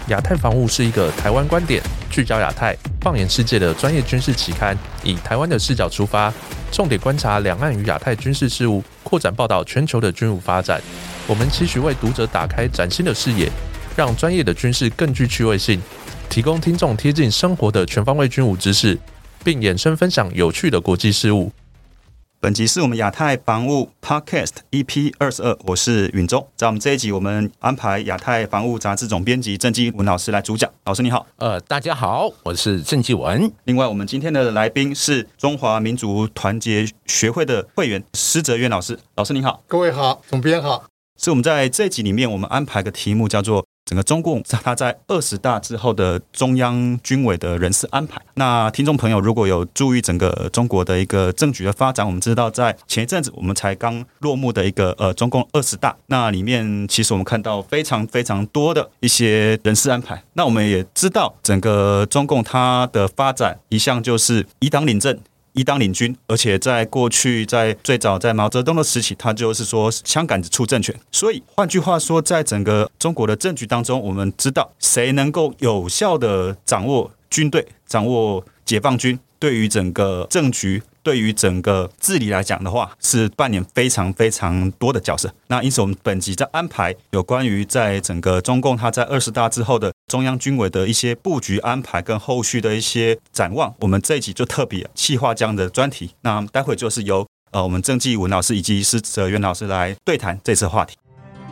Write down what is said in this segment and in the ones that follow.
亚太防务是一个台湾观点、聚焦亚太、放眼世界的专业军事期刊，以台湾的视角出发，重点观察两岸与亚太军事事务，扩展报道全球的军武发展。我们期许为读者打开崭新的视野，让专业的军事更具趣味性，提供听众贴近生活的全方位军武知识，并衍生分享有趣的国际事务。 本集是我们亚太防务 Podcast EP22，我是允中。在我们这一集，我们安排亚太防务杂志总编辑郑继文老师来主讲。老师你好。 大家好，我是郑继文。 另外，我们今天的来宾是中华民族团结学会的会员施哲渊老师。老师你好。 各位好，总编好。 是我们在这一集里面，我们安排个题目叫做整个中共他在20大之后的中央军委的人事安排。那听众朋友如果有注意整个中国的一个政局的发展，我们知道在前一阵子我们才刚落幕的一个中共20大，那里面其实我们看到非常非常多的一些人事安排。那我们也知道整个中共它的发展一向就是以党领政。以党领军，而且在过去，在最早在毛泽东的时期，他就是说枪杆子出政权。所以换句话说，在整个中国的政局当中，我们知道谁能够有效的掌握军队、掌握解放军，对于整个政局、对于整个治理来讲的话，是扮演非常非常多的角色。那因此，我们本集在安排有关于在整个中共他在20大之后的中央军委的一些布局安排跟后续的一些展望，我们这一集就特别企划这样的专题。那待会就是由我们郑继文老师以及施哲渊老师来对谈这次话题。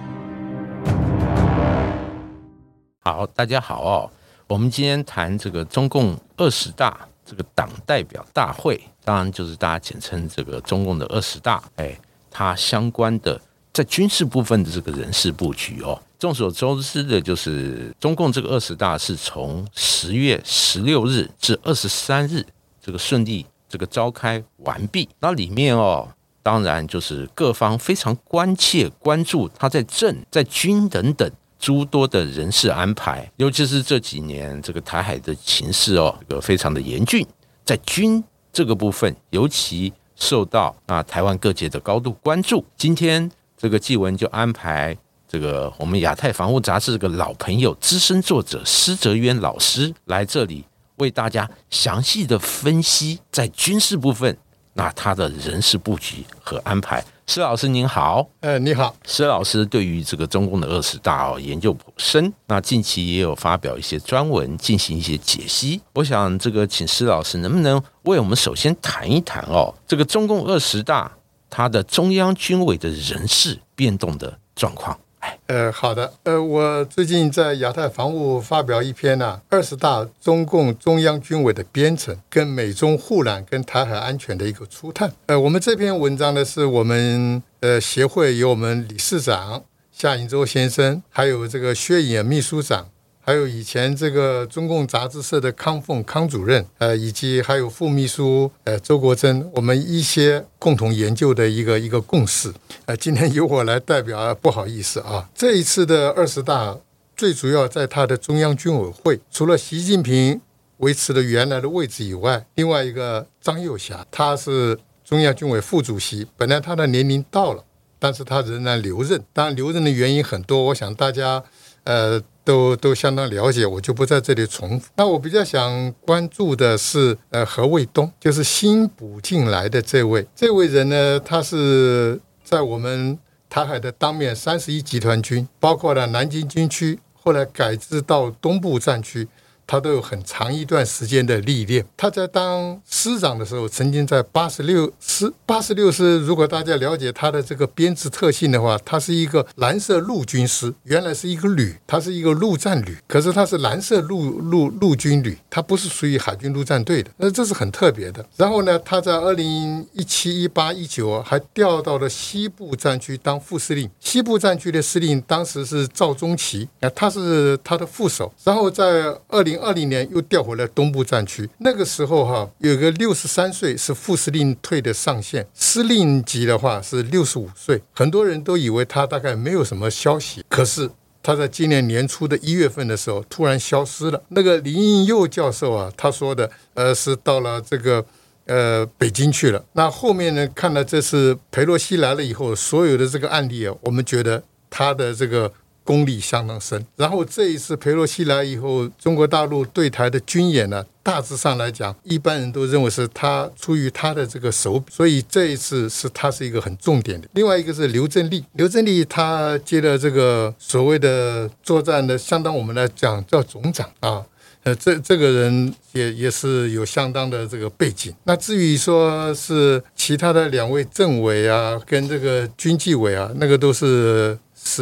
好，大家好哦。我们今天谈这个中共20大这个党代表大会，当然就是大家简称这个中共的20大，它相关的在军事部分的这个人事布局哦。众所周知的就是中共这个20大是从10月16日至23日这个顺利这个召开完毕。那里面哦，当然就是各方非常关切关注它在政、在军等等诸多的人事安排，尤其是这几年这个台海的情势哦，这个非常的严峻，在军这个部分尤其受到台湾各界的高度关注。今天这个继文就安排这个我们亚太防务杂志这个老朋友资深作者施哲渊老师来这里为大家详细的分析在军事部分他的人事布局和安排。施老师您好。 你好。 施老师对于这个中共的20大研究颇深，那近期也有发表一些专文进行一些解析。我想这个请施老师能不能为我们首先谈一谈这个中共20大它的中央军委的人事变动的状况。 好的。我最近在亚太防务发表一篇20大中共中央军委的编程跟美中互览跟台海安全的一个初探。我们这篇文章呢是我们协会有我们理事长夏银洲先生，还有这个薛野秘书长，还有以前这个中共杂志社的康凤康主任，以及还有副秘书周国珍，我们一些共同研究的一个共识。今天由我来代表，不好意思啊。这一次的20大最主要在他的中央军委会，除了习近平维持了原来的位置以外，另外一个张又侠，他是中央军委副主席，本来他的年龄到了，但是他仍然留任。当然留任的原因很多，我想大家都相当了解，我就不在这里重复。那我比较想关注的是何卫东，就是新补进来的这位人呢，他是在我们台海的当面31集团军，包括了南京军区，后来改制到东部战区，他都有很长一段时间的历练。他在当师长的时候，曾经在86师，如果大家了解他的这个编制特性的话，他是一个蓝色陆军师，原来是一个旅，他是一个陆战旅，可是他是蓝色陆军旅，他不是属于海军陆战队的，那这是很特别的。然后呢，他在2017、18、19还调到了西部战区当副司令，西部战区的司令当时是赵宗奇，他是他的副手。然后在2020年又调回来东部战区，那个时候有个63岁是副司令退的上限，司令级的话是65岁，很多人都以为他大概没有什么消息，可是他在今年年初的1月份的时候突然消失了。那个林应佑教授他说的是到了这个北京去了。那后面呢，看了这次裴洛西来了以后，所有的这个案例我们觉得他的这个功力相当深。然后这一次裴洛西来以后，中国大陆对台的军演呢，大致上来讲，一般人都认为是他出于他的这个手笔，所以这一次他是一个很重点的。另外一个是刘振立他接了这个所谓的作战的，相当我们来讲叫总长啊。这个人也是有相当的这个背景。那至于说是其他的2位政委啊，跟这个军纪委啊，那个都是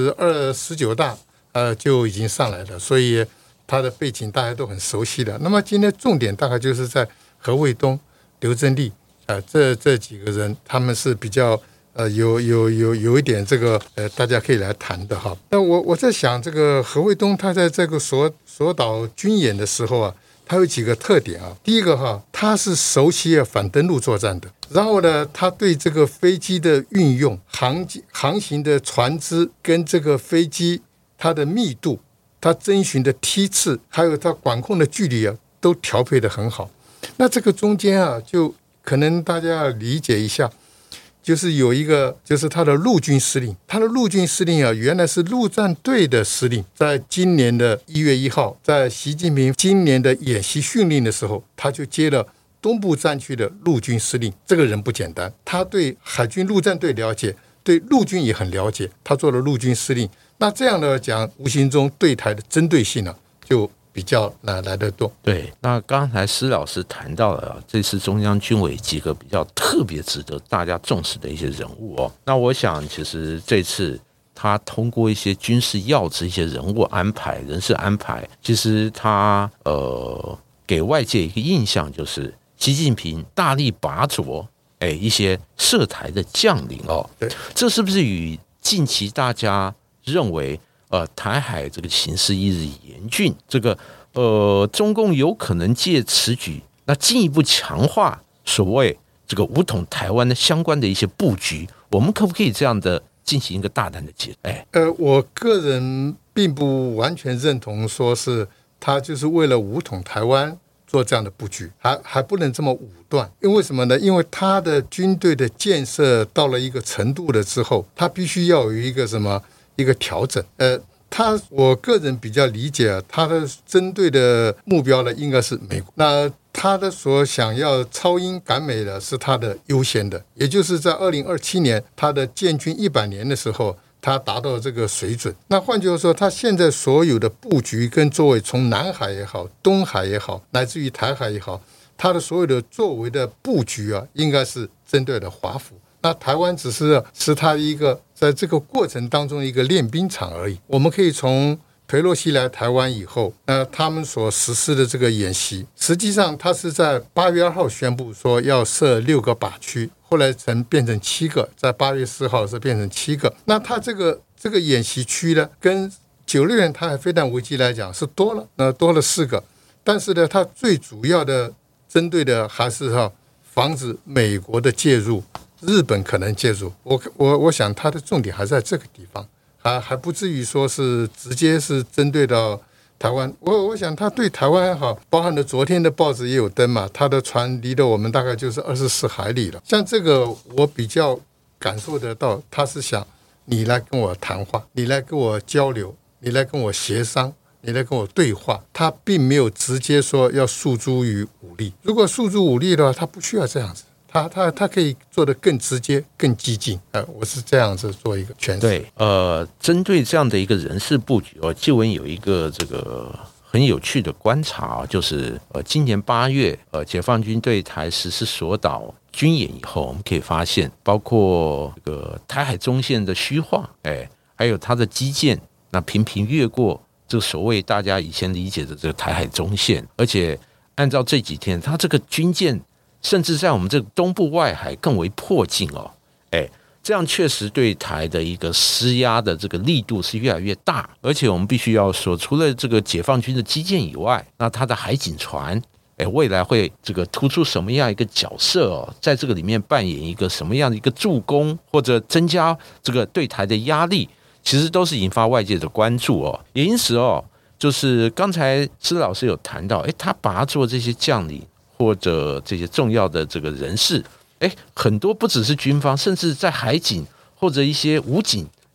12、19大就已经上来了，所以他的背景大家都很熟悉的。那么今天重点大概就是在何卫东、刘振立这几个人，他们是比较有一点这个大家可以来谈的哈。那我在想，这个何卫东他在这个所岛军演的时候啊，他有几个特点啊。第一个哈，他是熟悉反登陆作战的。然后呢，他对这个飞机的运用、航行的船只跟这个飞机它的密度、它征询的梯次，还有它管控的距离啊，都调配得很好。那这个中间啊，就可能大家要理解一下。就是有一个，就是他的陆军司令，原来是陆战队的司令，在今年的1月1号，在习近平今年的演习训令的时候，他就接了东部战区的陆军司令。这个人不简单，他对海军陆战队了解，对陆军也很了解，他做了陆军司令。那这样的讲，无形中对台的针对性呢，就比较来得多。 对，那刚才施老师谈到了这次中央军委几个比较特别值得大家重视的一些人物哦。那我想，其实这次他通过一些军事要职、一些人物安排、人事安排，其实他给外界一个印象就是习近平大力拔擢一些涉台的将领哦。 对， 这是不是与近期大家认为台海这个形势一日严峻，这个中共有可能借此举，那进一步强化所谓这个武统台湾的相关的一些布局，我们可不可以这样的进行一个大胆的解？ 我个人并不完全认同说是他就是为了武统台湾做这样的布局，还不能这么武断。因为什么呢？因为他的军队的建设到了一个程度了之后，他必须要有一个调整。我个人比较理解他的针对的目标呢，应该是美国。那他的所想要超英赶美的是他的优先的，也就是在2027年他的建军100年的时候，他达到这个水准。那换句话说，他现在所有的布局跟作为，从南海也好、东海也好，乃至于台海也好，他的所有的作为的布局啊，应该是针对的华府。那台湾只是他一个在这个过程当中一个练兵场而已。我们可以从裴洛西来台湾以后，他们所实施的这个演习，实际上他是在8月2号宣布说要设6个靶区，后来变成7个，在8月4号是变成7个。那他这个演习区呢，跟96年台海飞弹危机来讲是多了4个，但是呢，它最主要的针对的还是防止美国的介入。日本可能介入，我想他的重点还在这个地方，还不至于说是直接是针对到台湾。我想他对台湾包含了昨天的报纸也有登嘛，他的船离了我们大概就是24海里了。像这个我比较感受得到，他是想你来跟我谈话，你来跟我交流，你来跟我协商，你来跟我对话。他并没有直接说要诉诸于武力，如果诉诸武力的话，他不需要这样子。他可以做得更直接、更激进，我是这样子做一个诠释。 对，针对这样的一个人事布局，纪文有一个这个很有趣的观察，就是今年8月，解放军对台实施所岛军演以后，我们可以发现，包括这个台海中线的虚化，还有它的基建，那频频越过这个所谓大家以前理解的这个台海中线，而且按照这几天，它这个军舰。甚至在我们这个东部外海更为迫近哦，这样确实对台的一个施压的这个力度是越来越大，而且我们必须要说，除了这个解放军的基建以外，那它的海警船，未来会这个突出什么样一个角色哦，在这个里面扮演一个什么样的一个助攻，或者增加这个对台的压力，其实都是引发外界的关注哦。也因此哦，就是刚才施老师有谈到，他拔擢这些将领。或者这些重要的这个人士，很多不只是军方，甚至在海警或者一些武警，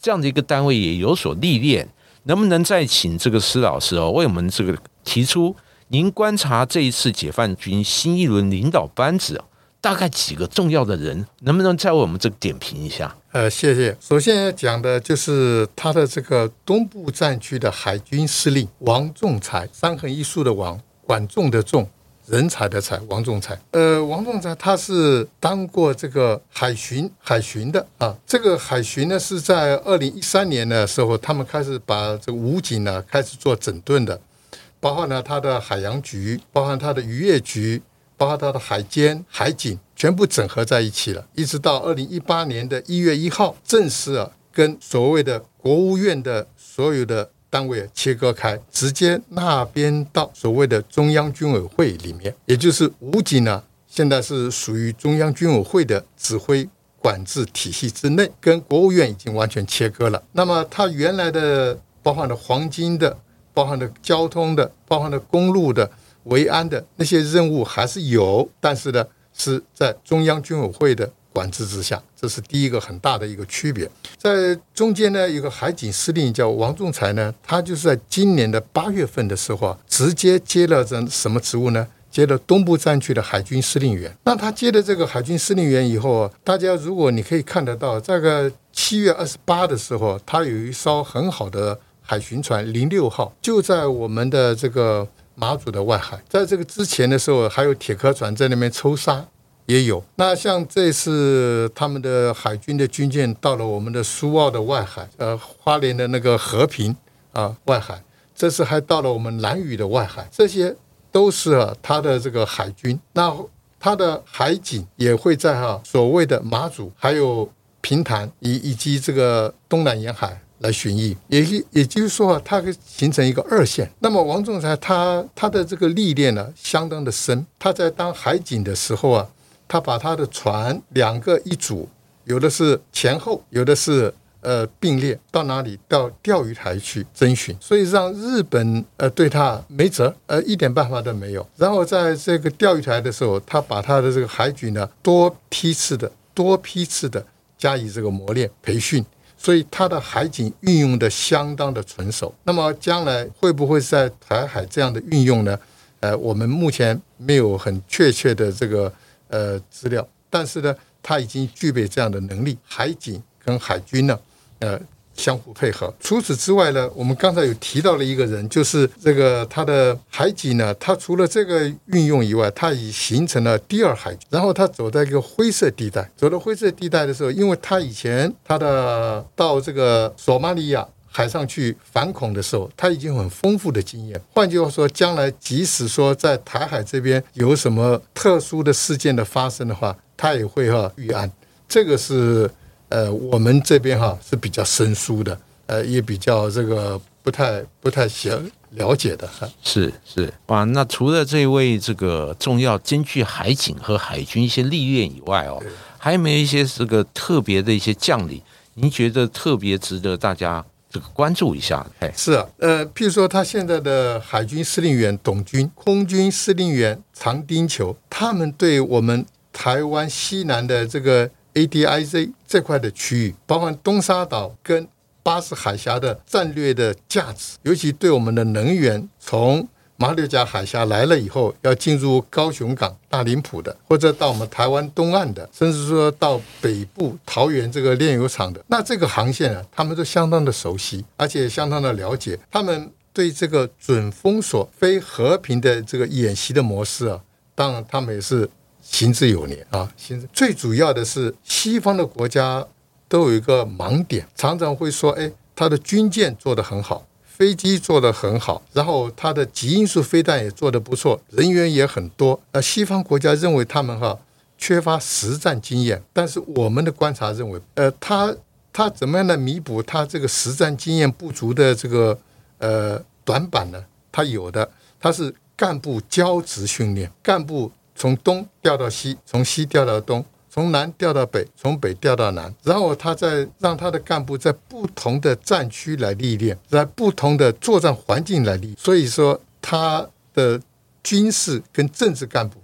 这样的一个单位也有所历练，能不能再请这个施老师为我们这个提出您观察这一次解放军新一轮领导班子大概几个重要的人，能不能再为我们这个点评一下？ 谢谢。首先要讲的就是他的这个东部战区的海军司令王仲才，三横一竖的王，管仲的仲，人才的才，王仲才。王仲才他是当过这个海巡的啊。这个海巡呢是在2013年的时候，他们开始把这个武警呢开始做整顿的，包括呢他的海洋局，包括他的渔业局，包括他的海监、海警，全部整合在一起了。一直到2018年的1月1号，正式跟所谓的国务院的所有的单位切割开，直接纳编到所谓的中央军委会里面，也就是武警呢，现在是属于中央军委会的指挥管制体系之内，跟国务院已经完全切割了。那么它原来的包含了黄金的，包含了交通的，包含了公路的、维安的那些任务还是有，但是呢是在中央军委会的管制之下，这是第一个很大的一个区别。在中间呢，有个海警司令叫王仲才呢，他就是在今年的8月份的时候直接接了什么职务呢？接了东部战区的海军司令员。那他接了这个海军司令员以后，大家如果你可以看得到，这个7月28的时候，他有一艘很好的海巡船06号，就在我们的这个马祖的外海。在这个之前的时候，还有铁壳船在那边抽沙也有。那像这次他们的海军的军舰到了我们的苏澳的外海，花莲的那个和平外海，这次还到了我们兰屿的外海，这些都是他的这个海军。那他的海警也会在所谓的马祖还有平潭以及这个东南沿海来巡弋，也就是说它可以形成一个二线。那么王仲才他的这个历练呢相当的深。他在当海警的时候他把他的船2个一组，有的是前后，有的是并列，到哪里？到钓鱼台去侦巡，所以让日本对他没辙，一点办法都没有。然后在这个钓鱼台的时候，他把他的这个海军呢多批次的加以这个磨练培训，所以他的海警运用的相当的纯熟。那么将来会不会在台海这样的运用呢？我们目前没有很确切的这个资料，但是呢，他已经具备这样的能力，海警跟海军呢相互配合。除此之外呢，我们刚才有提到了一个人，就是这个他的海警呢，他除了这个运用以外，他已形成了第二海军。然后他走在一个灰色地带，走到灰色地带的时候，因为他以前他的到这个索马利亚海上去反恐的时候，他已经有很丰富的经验。换句话说，将来即使说在台海这边有什么特殊的事件的发生的话，他也会预案。这个是我们这边是比较生疏的，也比较这个不太了解的。 是哇，那除了这位这个重要兼具海警和海军一些历练以外还有没有一些这个特别的一些将领，您觉得特别值得大家这个关注一下？ 是譬如说他现在的海军司令员董军，空军司令员常丁球，他们对我们台湾西南的这个ADIZ 这块的区域，包括东沙岛跟巴士海峡的战略的价值，尤其对我们的能源，从马六甲海峡来了以后，要进入高雄港、大林埔的，或者到我们台湾东岸的，甚至说到北部桃园这个炼油厂的，那这个航线他们都相当的熟悉，而且相当的了解。他们对这个准封锁、非和平的这个演习的模式当然他们也是行之有年最主要的是西方的国家都有一个盲点，常常会说他的军舰做得很好，飞机做得很好，然后他的极音速飞弹也做得不错，人员也很多。西方国家认为他们缺乏实战经验，但是我们的观察认为他怎么样来弥补他这个实战经验不足的这个短板呢？他有的，他是干部交职训练，干部从东调到西，从西调到东，从南调到北，从北调到南，然后他再让他的干部在不同的战区来历练，在不同的作战环境来历练。所以说他的军事跟政治干部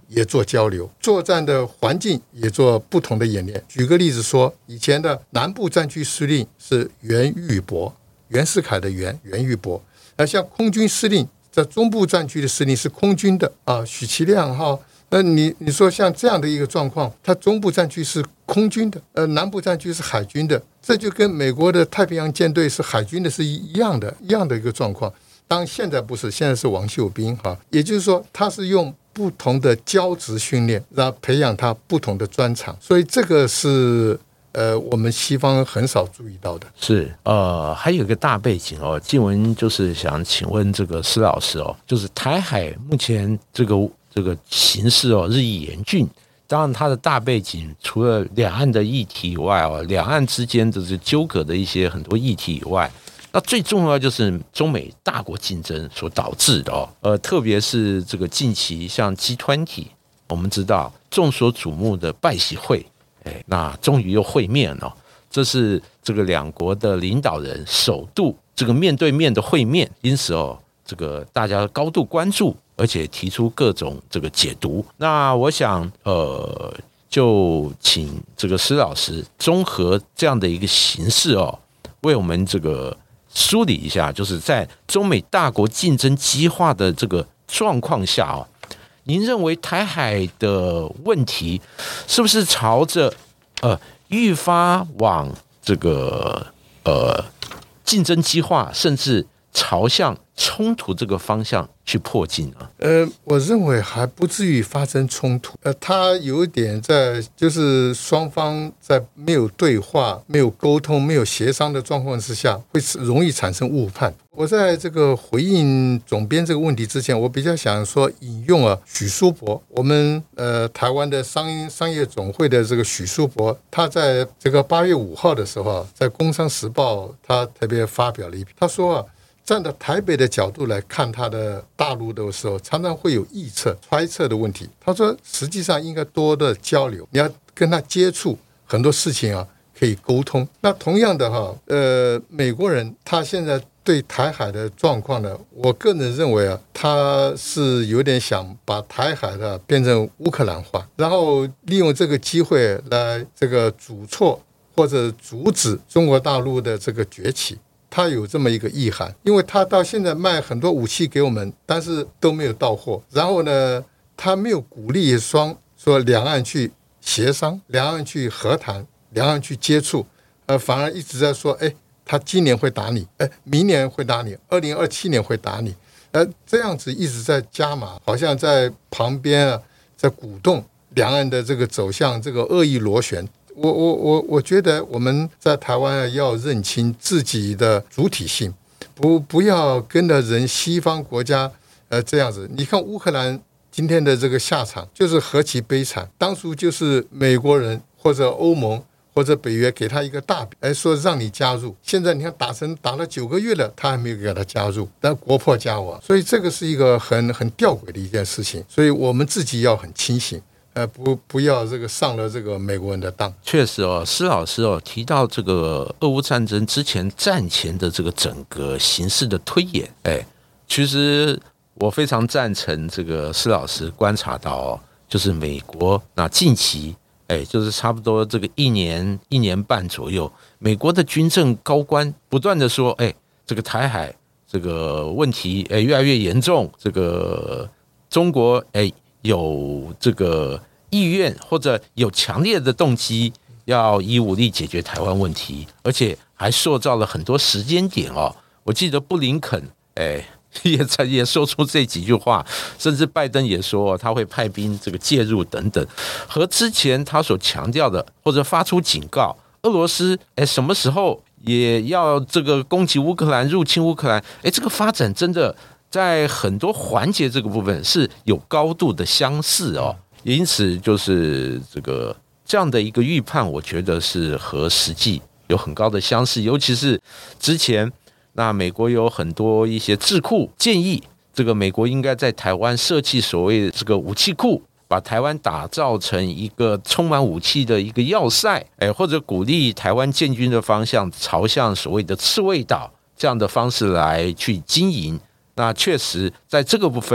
也做交流，作战的环境也做不同的演练。举个例子说，以前的南部战区司令是袁玉伯，袁世凯的袁玉伯，像空军司令在中部战区的司令是空军的许其亮哈。那你说像这样的一个状况，它中部战区是空军的，南部战区是海军的，这就跟美国的太平洋舰队是海军的是一样的一个状况。当然现在不是，现在是王秀斌哈，也就是说他是用不同的教职训练，然后培养他不同的专长，所以这个是我们西方很少注意到的。 是还有一个大背景哦，静文就是想请问这个施老师哦，就是台海目前这个形势哦日益严峻，当然它的大背景除了两岸的议题以外哦，两岸之间的纠葛的一些很多议题以外，那最重要就是中美大国竞争所导致的哦，特别是这个近期像 G20， 我们知道众所瞩目的拜习会，那终于又会面了，这是这个两国的领导人首度这个面对面的会面，因此哦，这个大家高度关注，而且提出各种这个解读。那我想就请这个施老师综合这样的一个形势哦，为我们这个梳理一下，就是在中美大国竞争激化的这个状况下哦，您认为台海的问题是不是朝着愈发往这个竞争激化，甚至朝向冲突这个方向去迫近呢？ 我认为还不至于发生冲突。它有一点在，就是双方在没有对话、没有沟通、没有协商的状况之下，会容易产生误判。我在这个回应总编这个问题之前，我比较想说引用许书博，我们台湾的商业总会的这个许书博，他在这个8月5号的时候，在《工商时报》他特别发表了一篇，他说站在台北的角度来看他的大陆的时候，常常会有臆测、揣测的问题。他说，实际上应该多的交流，你要跟他接触，很多事情可以沟通。那同样的美国人他现在对台海的状况呢，我个人认为他是有点想把台海变成乌克兰化，然后利用这个机会来这个阻挫或者阻止中国大陆的这个崛起。他有这么一个意涵，因为他到现在卖很多武器给我们，但是都没有到货。然后呢，他没有鼓励说两岸去协商、两岸去和谈、两岸去接触，反而一直在说，他今年会打你，明年会打你，2027年会打你，这样子一直在加码，好像在旁边在鼓动两岸的这个走向这个恶意螺旋。我觉得我们在台湾要认清自己的主体性，不要跟着西方国家这样子。你看乌克兰今天的这个下场就是何其悲惨，当初就是美国人或者欧盟或者北约给他一个大饼，说让你加入，现在你看打了9个月了，他还没有给他加入，但国破家亡，所以这个是一个很吊诡的一件事情，所以我们自己要很清醒。不要这个上了这个美国人的当。 确实哦，施老师提到这个俄乌战争之前战前的这个整个形势的推演，其实我非常赞成这个施老师观察到就是美国那近期就是差不多这个1年半左右，美国的军政高官不断的说，这个台海这个问题越来越严重，这个中国有这个意愿或者有强烈的动机要以武力解决台湾问题，而且还塑造了很多时间点我记得布林肯也说出这几句话，甚至拜登也说他会派兵这个介入等等，和之前他所强调的或者发出警告，俄罗斯什么时候也要这个攻击乌克兰、入侵乌克兰，这个发展真的在很多环节这个部分是有高度的相似因此就是这样的一个预判，我觉得是和实际有很高的相似，尤其是之前那美国有很多一些智库建议，这个美国应该在台湾设计所谓的这个武器库，把台湾打造成一个充满武器的一个要塞，或者鼓励台湾建军的方向朝向所谓的刺猬岛这样的方式来去经营。那确实在这个部分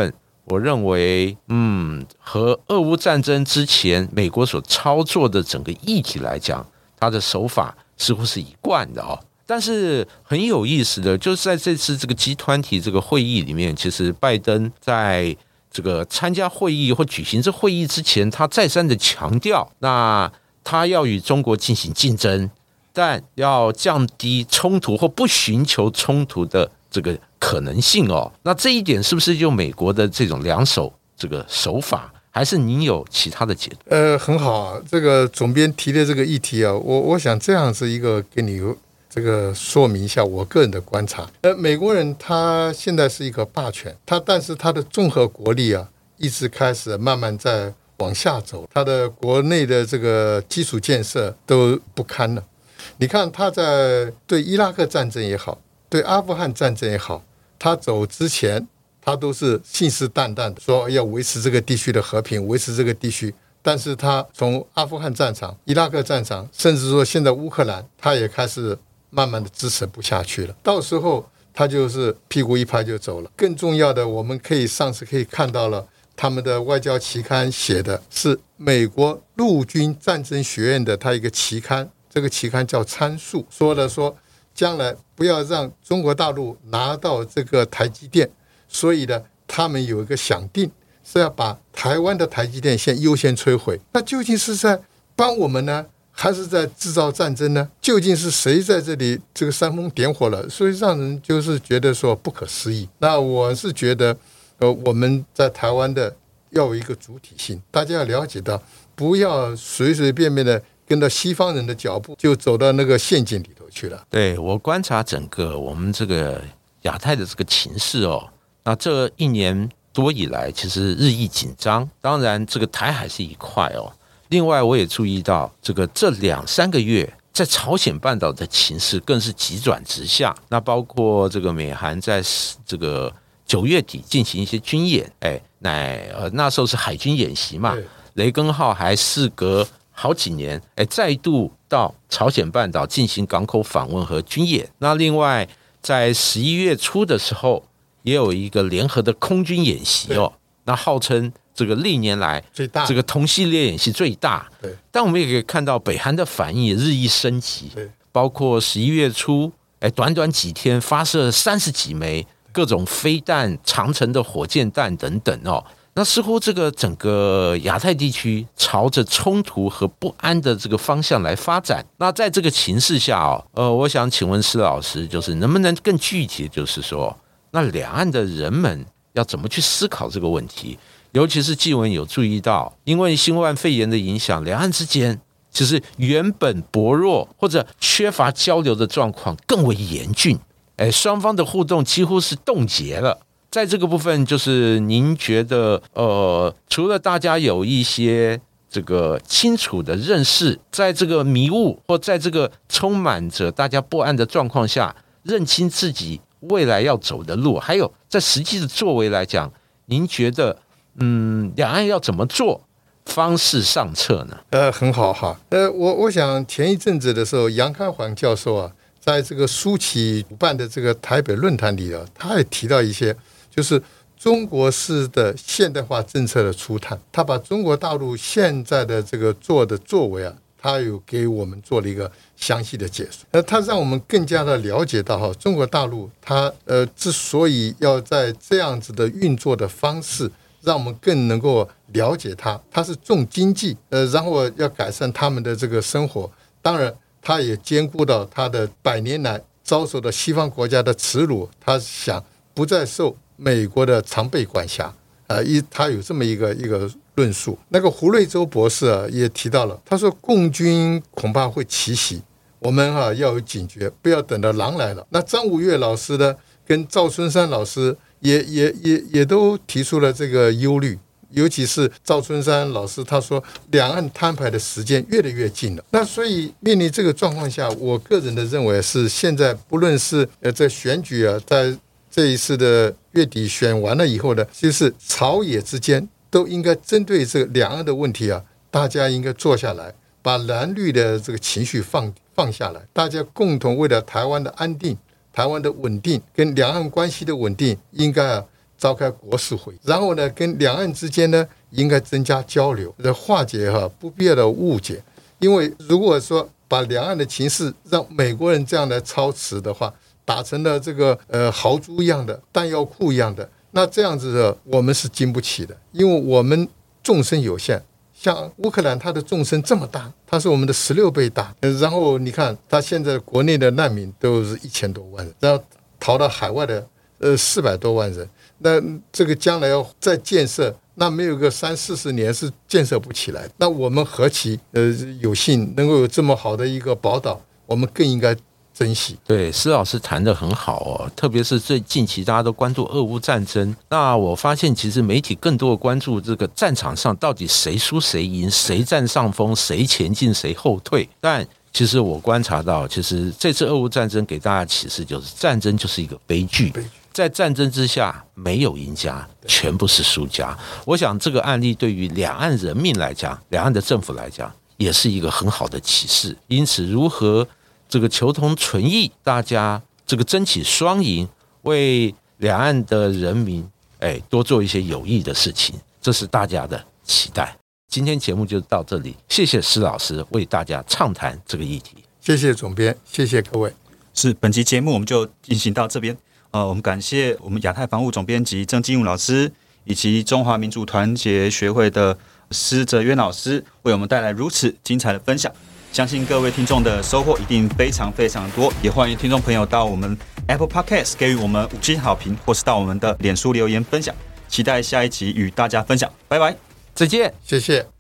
我认为，和俄乌战争之前美国所操作的整个议题来讲，它的手法似乎是一贯的哦。但是很有意思的，就是在这次这个G20这个会议里面，其实拜登在这个参加会议或举行这会议之前，他再三的强调，那他要与中国进行竞争，但要降低冲突或不寻求冲突的这个可能性哦。那这一点是不是就美国的这种两手这个手法，还是您有其他的解读？ 很好啊，这个总编提的这个议题啊，我想这样是一个给你这个说明一下我个人的观察。美国人他现在是一个霸权，但是他的综合国力啊，一直开始慢慢在往下走，他的国内的这个基础建设都不堪了。你看他在对伊拉克战争也好，对阿富汗战争也好，他走之前他都是信誓旦旦的说要维持这个地区的和平，维持这个地区。但是他从阿富汗战场、伊拉克战场，甚至说现在乌克兰，他也开始慢慢的支持不下去了，到时候他就是屁股一拍就走了。更重要的，我们上次可以看到了，他们的外交期刊写的是美国陆军战争学院的他一个期刊，这个期刊叫参数，说将来不要让中国大陆拿到这个台积电，所以呢，他们有一个想定是要把台湾的台积电先优先摧毁。那究竟是在帮我们呢，还是在制造战争呢？究竟是谁在这里这个煽风点火了？所以让人就是觉得说不可思议。那我是觉得，我们在台湾的要有一个主体性，大家要了解到，不要随随便便的跟着西方人的脚步就走到那个陷阱里头去了。 对，我观察整个我们这个亚太的这个情势哦，那这1年多以来，其实日益紧张。当然，这个台海是一块哦。另外，我也注意到这2-3个月，在朝鲜半岛的情势更是急转直下。那包括这个美韩在这个9月底进行一些军演，那时候是海军演习嘛，雷根号还事隔好几年，再度到朝鲜半岛进行港口访问和军演。那另外，在11月初的时候，也有一个联合的空军演习哦，那号称这个历年来最大， 这个同系列演习最大。 对， 但我们也可以看到北韩的反应也日益升级，包括11月初，短短几天发射30几枚各种飞弹、长程的火箭弹等等哦。那似乎这个整个亚太地区朝着冲突和不安的这个方向来发展。那在这个情势下我想请问施老师，就是能不能更具体，就是说，那两岸的人们要怎么去思考这个问题？尤其是纪文有注意到，因为新冠肺炎的影响，两岸之间其实原本薄弱或者缺乏交流的状况更为严峻，双方的互动几乎是冻结了。在这个部分，就是您觉得，除了大家有一些这个清楚的认识，在这个迷雾或在这个充满着大家不安的状况下，认清自己未来要走的路，还有在实际的作为来讲，您觉得，两岸要怎么做，方式上策呢？ 很好哈。我想前一阵子的时候，杨开环教授啊，在这个苏起主办的这个台北论坛里啊，他也提到一些。就是中国式的现代化政策的初探，他把中国大陆现在的这个作为啊，他有给我们做了一个详细的解说。他让我们更加的了解到中国大陆他之所以要在这样子的运作的方式，让我们更能够了解它是重经济，然后要改善他们的这个生活。当然，他也兼顾到他的100年来遭受的西方国家的耻辱，他想不再受美国的常备管辖，他有这么一个论述。那个胡瑞洲博士也提到了，他说共军恐怕会奇袭，我们要有警觉，不要等到狼来了。那张五岳老师呢，跟赵春山老师也都提出了这个忧虑，尤其是赵春山老师，他说两岸摊牌的时间越来越近了。那所以面临这个状况下，我个人的认为是现在不论是在选举在这一次的月底选完了以后呢，就是朝野之间都应该针对这个两岸的问题大家应该坐下来，把蓝绿的这个情绪放下来，大家共同为了台湾的安定、台湾的稳定跟两岸关系的稳定，应该召开国事会，然后呢，跟两岸之间呢应该增加交流，化解不必要的误解。因为如果说把两岸的情势让美国人这样来操持的话，打成了这个豪猪一样的弹药库一样的，那这样子的我们是经不起的，因为我们众生有限。像乌克兰，它的众生这么大，它是我们的16倍大。然后你看，它现在国内的难民都是1000多万人，然后逃到海外的400多万人。那这个将来要再建设，那没有个30-40年是建设不起来。那我们何其有幸能够有这么好的一个宝岛，我们更应该珍惜。 对，施老师谈得很好哦，特别是最近期大家都关注俄乌战争，那我发现其实媒体更多的关注这个战场上到底谁输谁赢，谁占上风，谁前进谁后退。但其实我观察到，其实这次俄乌战争给大家的启示就是，战争就是一个悲剧，在战争之下没有赢家，全部是输家。我想这个案例对于两岸人民来讲，两岸的政府来讲，也是一个很好的启示。因此如何这个求同存异，大家这个争取双赢，为两岸的人民多做一些有益的事情，这是大家的期待。今天节目就到这里，谢谢施老师为大家畅谈这个议题。 谢谢总编，谢谢各位。 是，本期节目我们就进行到这边。我们感谢我们亚太防务总编辑郑金武老师，以及中华民族团结学会的施哲渊老师，为我们带来如此精彩的分享。相信各位听众的收获一定非常非常多，也欢迎听众朋友到我们 Apple Podcast 给予我们5星好评，或是到我们的脸书留言分享。期待下一集与大家分享，拜拜， 再见， 谢谢。